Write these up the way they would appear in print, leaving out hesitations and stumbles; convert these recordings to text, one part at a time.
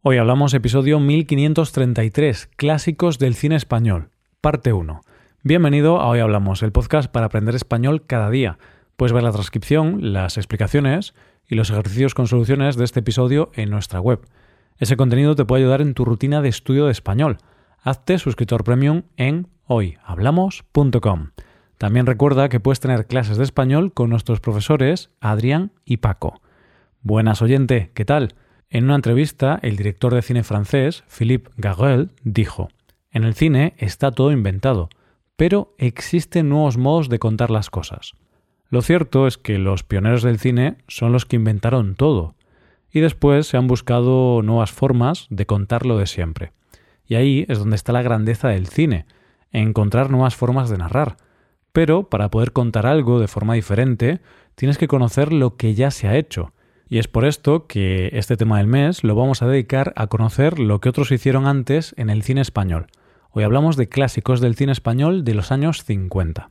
Hoy hablamos episodio 1533, Clásicos del cine español, parte 1. Bienvenido a Hoy Hablamos, el podcast para aprender español cada día. Puedes ver la transcripción, las explicaciones y los ejercicios con soluciones de este episodio en nuestra web. Ese contenido te puede ayudar en tu rutina de estudio de español. Hazte suscriptor premium en hoyhablamos.com. También recuerda que puedes tener clases de español con nuestros profesores Adrián y Paco. Buenas oyente, ¿qué tal? En una entrevista, el director de cine francés, Philippe Garrel, dijo: «En el cine está todo inventado, pero existen nuevos modos de contar las cosas. Lo cierto es que los pioneros del cine son los que inventaron todo, y después se han buscado nuevas formas de contar lo de siempre. Y ahí es donde está la grandeza del cine, encontrar nuevas formas de narrar. Pero para poder contar algo de forma diferente, tienes que conocer lo que ya se ha hecho. Y es por esto que este tema del mes lo vamos a dedicar a conocer lo que otros hicieron antes en el cine español. Hoy hablamos de clásicos del cine español de los años 50.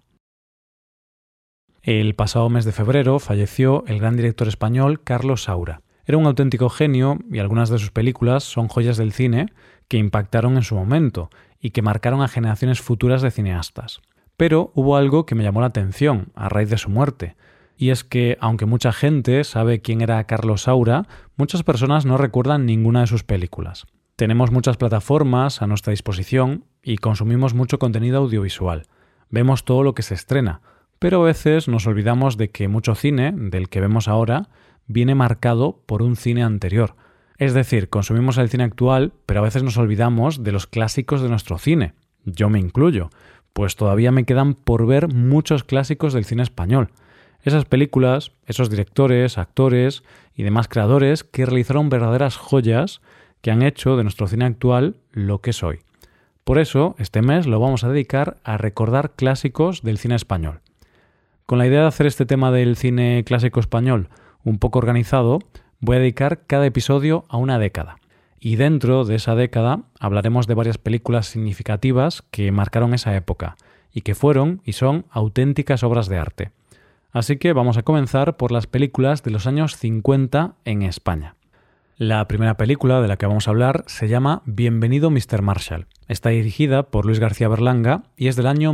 El pasado mes de febrero falleció el gran director español Carlos Saura. Era un auténtico genio y algunas de sus películas son joyas del cine que impactaron en su momento y que marcaron a generaciones futuras de cineastas. Pero hubo algo que me llamó la atención a raíz de su muerte. Y es que, aunque mucha gente sabe quién era Carlos Saura, muchas personas no recuerdan ninguna de sus películas. Tenemos muchas plataformas a nuestra disposición y consumimos mucho contenido audiovisual. Vemos todo lo que se estrena, pero a veces nos olvidamos de que mucho cine, del que vemos ahora, viene marcado por un cine anterior. Es decir, consumimos el cine actual, pero a veces nos olvidamos de los clásicos de nuestro cine. Yo me incluyo, pues todavía me quedan por ver muchos clásicos del cine español. Esas películas, esos directores, actores y demás creadores que realizaron verdaderas joyas que han hecho de nuestro cine actual lo que es hoy. Por eso, este mes lo vamos a dedicar a recordar clásicos del cine español. Con la idea de hacer este tema del cine clásico español un poco organizado, voy a dedicar cada episodio a una década. Y dentro de esa década hablaremos de varias películas significativas que marcaron esa época y que fueron y son auténticas obras de arte. Así que vamos a comenzar por las películas de los años 50 en España. La primera película de la que vamos a hablar se llama Bienvenido Mr. Marshall. Está dirigida por Luis García Berlanga y es del año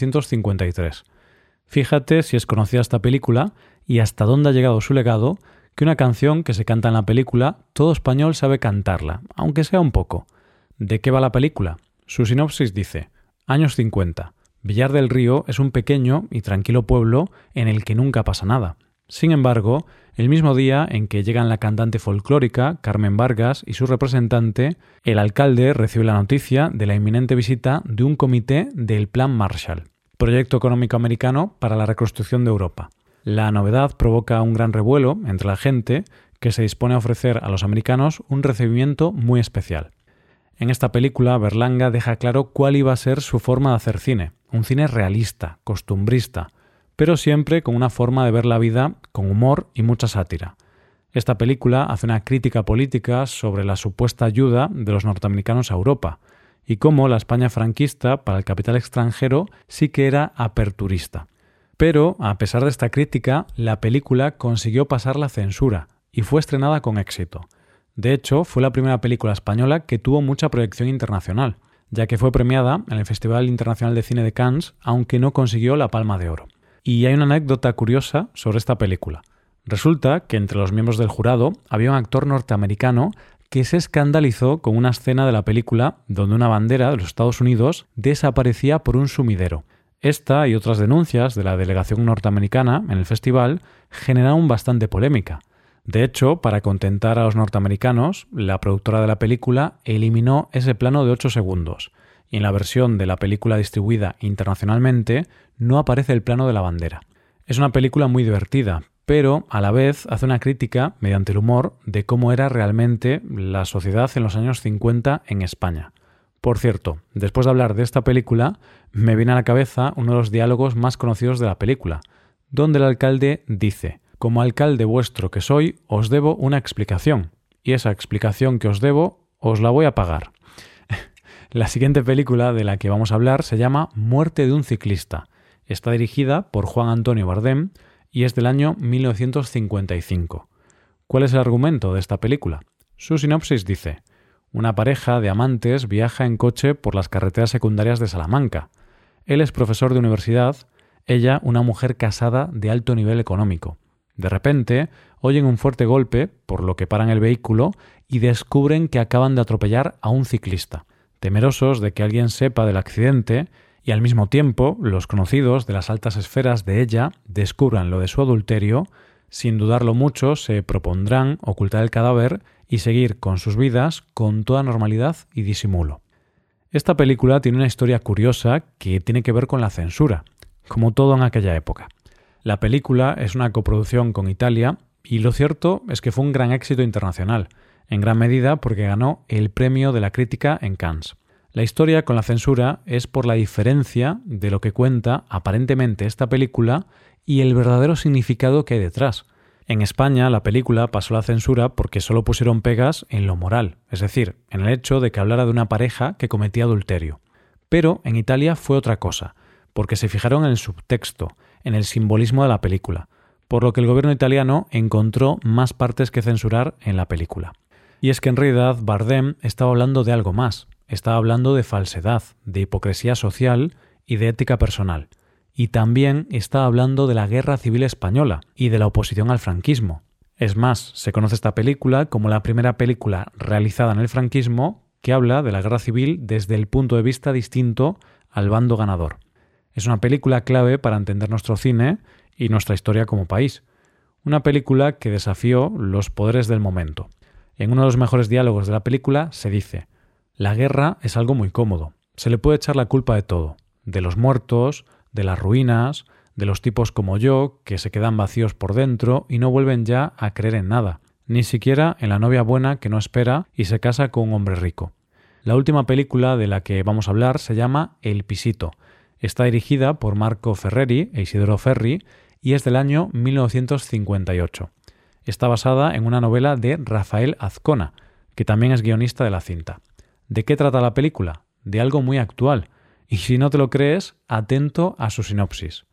1953. Fíjate si es conocida esta película y hasta dónde ha llegado su legado, que una canción que se canta en la película, todo español sabe cantarla, aunque sea un poco. ¿De qué va la película? Su sinopsis dice: años 50. Villar del Río es un pequeño y tranquilo pueblo en el que nunca pasa nada. Sin embargo, el mismo día en que llegan la cantante folclórica Carmen Vargas y su representante, el alcalde recibe la noticia de la inminente visita de un comité del Plan Marshall, proyecto económico americano para la reconstrucción de Europa. La novedad provoca un gran revuelo entre la gente que se dispone a ofrecer a los americanos un recibimiento muy especial. En esta película, Berlanga deja claro cuál iba a ser su forma de hacer cine. Un cine realista, costumbrista, pero siempre con una forma de ver la vida con humor y mucha sátira. Esta película hace una crítica política sobre la supuesta ayuda de los norteamericanos a Europa y cómo la España franquista para el capital extranjero sí que era aperturista. Pero, a pesar de esta crítica, la película consiguió pasar la censura y fue estrenada con éxito. De hecho, fue la primera película española que tuvo mucha proyección internacional, ya que fue premiada en el Festival Internacional de Cine de Cannes, aunque no consiguió la Palma de Oro. Y hay una anécdota curiosa sobre esta película. Resulta que entre los miembros del jurado había un actor norteamericano que se escandalizó con una escena de la película donde una bandera de los Estados Unidos desaparecía por un sumidero. Esta y otras denuncias de la delegación norteamericana en el festival generaron bastante polémica. De hecho, para contentar a los norteamericanos, la productora de la película eliminó ese plano de 8 segundos y en la versión de la película distribuida internacionalmente no aparece el plano de la bandera. Es una película muy divertida, pero a la vez hace una crítica, mediante el humor, de cómo era realmente la sociedad en los años 50 en España. Por cierto, después de hablar de esta película, me viene a la cabeza uno de los diálogos más conocidos de la película, donde el alcalde dice: «Como alcalde vuestro que soy, os debo una explicación, y esa explicación que os debo, os la voy a pagar». La siguiente película de la que vamos a hablar se llama Muerte de un ciclista. Está dirigida por Juan Antonio Bardem y es del año 1955. ¿Cuál es el argumento de esta película? Su sinopsis dice: Una pareja de amantes viaja en coche por las carreteras secundarias de Salamanca. Él es profesor de universidad, ella una mujer casada de alto nivel económico. De repente, oyen un fuerte golpe, por lo que paran el vehículo y descubren que acaban de atropellar a un ciclista. Temerosos de que alguien sepa del accidente y al mismo tiempo los conocidos de las altas esferas de ella descubran lo de su adulterio, sin dudarlo mucho se propondrán ocultar el cadáver y seguir con sus vidas con toda normalidad y disimulo. Esta película tiene una historia curiosa que tiene que ver con la censura, como todo en aquella época. La película es una coproducción con Italia y lo cierto es que fue un gran éxito internacional, en gran medida porque ganó el premio de la crítica en Cannes. La historia con la censura es por la diferencia de lo que cuenta aparentemente esta película y el verdadero significado que hay detrás. En España la película pasó la censura porque solo pusieron pegas en lo moral, es decir, en el hecho de que hablara de una pareja que cometía adulterio. Pero en Italia fue otra cosa, porque se fijaron en el subtexto, en el simbolismo de la película, por lo que el gobierno italiano encontró más partes que censurar en la película. Y es que en realidad Bardem estaba hablando de algo más, estaba hablando de falsedad, de hipocresía social y de ética personal. Y también estaba hablando de la Guerra Civil Española y de la oposición al franquismo. Es más, se conoce esta película como la primera película realizada en el franquismo que habla de la Guerra Civil desde el punto de vista distinto al bando ganador. Es una película clave para entender nuestro cine y nuestra historia como país. Una película que desafió los poderes del momento. En uno de los mejores diálogos de la película se dice: la guerra es algo muy cómodo. Se le puede echar la culpa de todo. De los muertos, de las ruinas, de los tipos como yo, que se quedan vacíos por dentro y no vuelven ya a creer en nada. Ni siquiera en la novia buena que no espera y se casa con un hombre rico. La última película de la que vamos a hablar se llama El Pisito. Está dirigida por Marco Ferreri e Isidoro Ferri y es del año 1958. Está basada en una novela de Rafael Azcona, que también es guionista de la cinta. ¿De qué trata la película? De algo muy actual. Y si no te lo crees, atento a su sinopsis.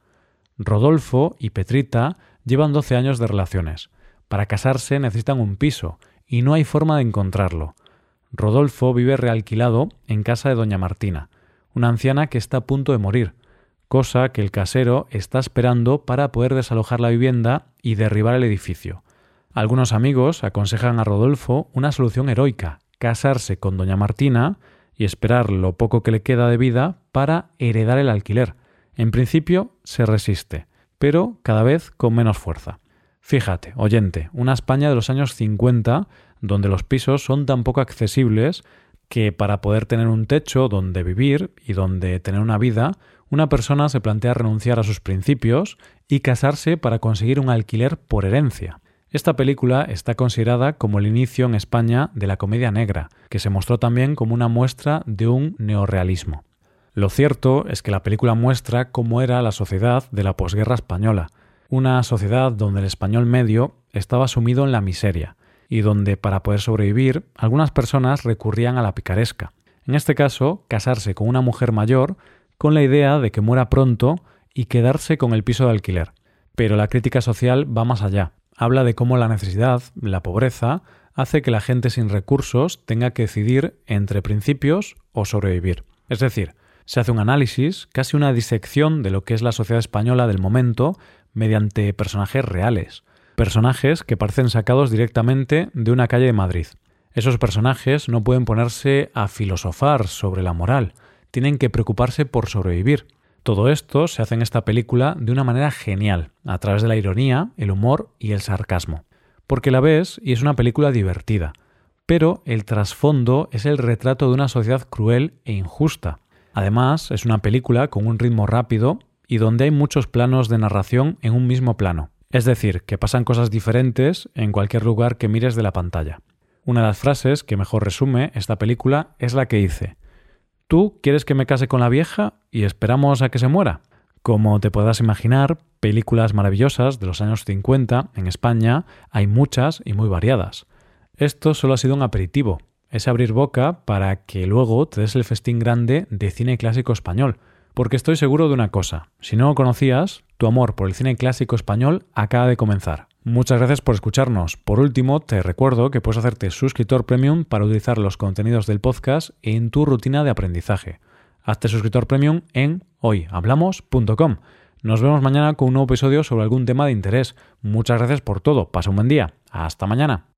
Rodolfo y Petrita llevan 12 años de relaciones. Para casarse necesitan un piso y no hay forma de encontrarlo. Rodolfo vive realquilado en casa de doña Martina, una anciana que está a punto de morir, cosa que el casero está esperando para poder desalojar la vivienda y derribar el edificio. Algunos amigos aconsejan a Rodolfo una solución heroica: casarse con doña Martina y esperar lo poco que le queda de vida para heredar el alquiler. En principio se resiste, pero cada vez con menos fuerza. Fíjate, oyente, una España de los años 50 donde los pisos son tan poco accesibles que para poder tener un techo donde vivir y donde tener una vida, una persona se plantea renunciar a sus principios y casarse para conseguir un alquiler por herencia. Esta película está considerada como el inicio en España de la comedia negra, que se mostró también como una muestra de un neorrealismo. Lo cierto es que la película muestra cómo era la sociedad de la posguerra española, una sociedad donde el español medio estaba sumido en la miseria y donde para poder sobrevivir algunas personas recurrían a la picaresca. En este caso, casarse con una mujer mayor con la idea de que muera pronto y quedarse con el piso de alquiler. Pero la crítica social va más allá. Habla de cómo la necesidad, la pobreza, hace que la gente sin recursos tenga que decidir entre principios o sobrevivir. Es decir, se hace un análisis, casi una disección de lo que es la sociedad española del momento mediante personajes reales. Personajes que parecen sacados directamente de una calle de Madrid. Esos personajes no pueden ponerse a filosofar sobre la moral, tienen que preocuparse por sobrevivir. Todo esto se hace en esta película de una manera genial, a través de la ironía, el humor y el sarcasmo. Porque la ves y es una película divertida, pero el trasfondo es el retrato de una sociedad cruel e injusta. Además, es una película con un ritmo rápido y donde hay muchos planos de narración en un mismo plano. Es decir, que pasan cosas diferentes en cualquier lugar que mires de la pantalla. Una de las frases que mejor resume esta película es la que dice: ¿tú quieres que me case con la vieja y esperamos a que se muera? Como te podrás imaginar, películas maravillosas de los años 50 en España hay muchas y muy variadas. Esto solo ha sido un aperitivo, es abrir boca para que luego te des el festín grande de cine clásico español. Porque estoy seguro de una cosa: si no lo conocías, tu amor por el cine clásico español acaba de comenzar. Muchas gracias por escucharnos. Por último, te recuerdo que puedes hacerte suscriptor premium para utilizar los contenidos del podcast en tu rutina de aprendizaje. Hazte suscriptor premium en hoyhablamos.com. Nos vemos mañana con un nuevo episodio sobre algún tema de interés. Muchas gracias por todo. Pasa un buen día. Hasta mañana.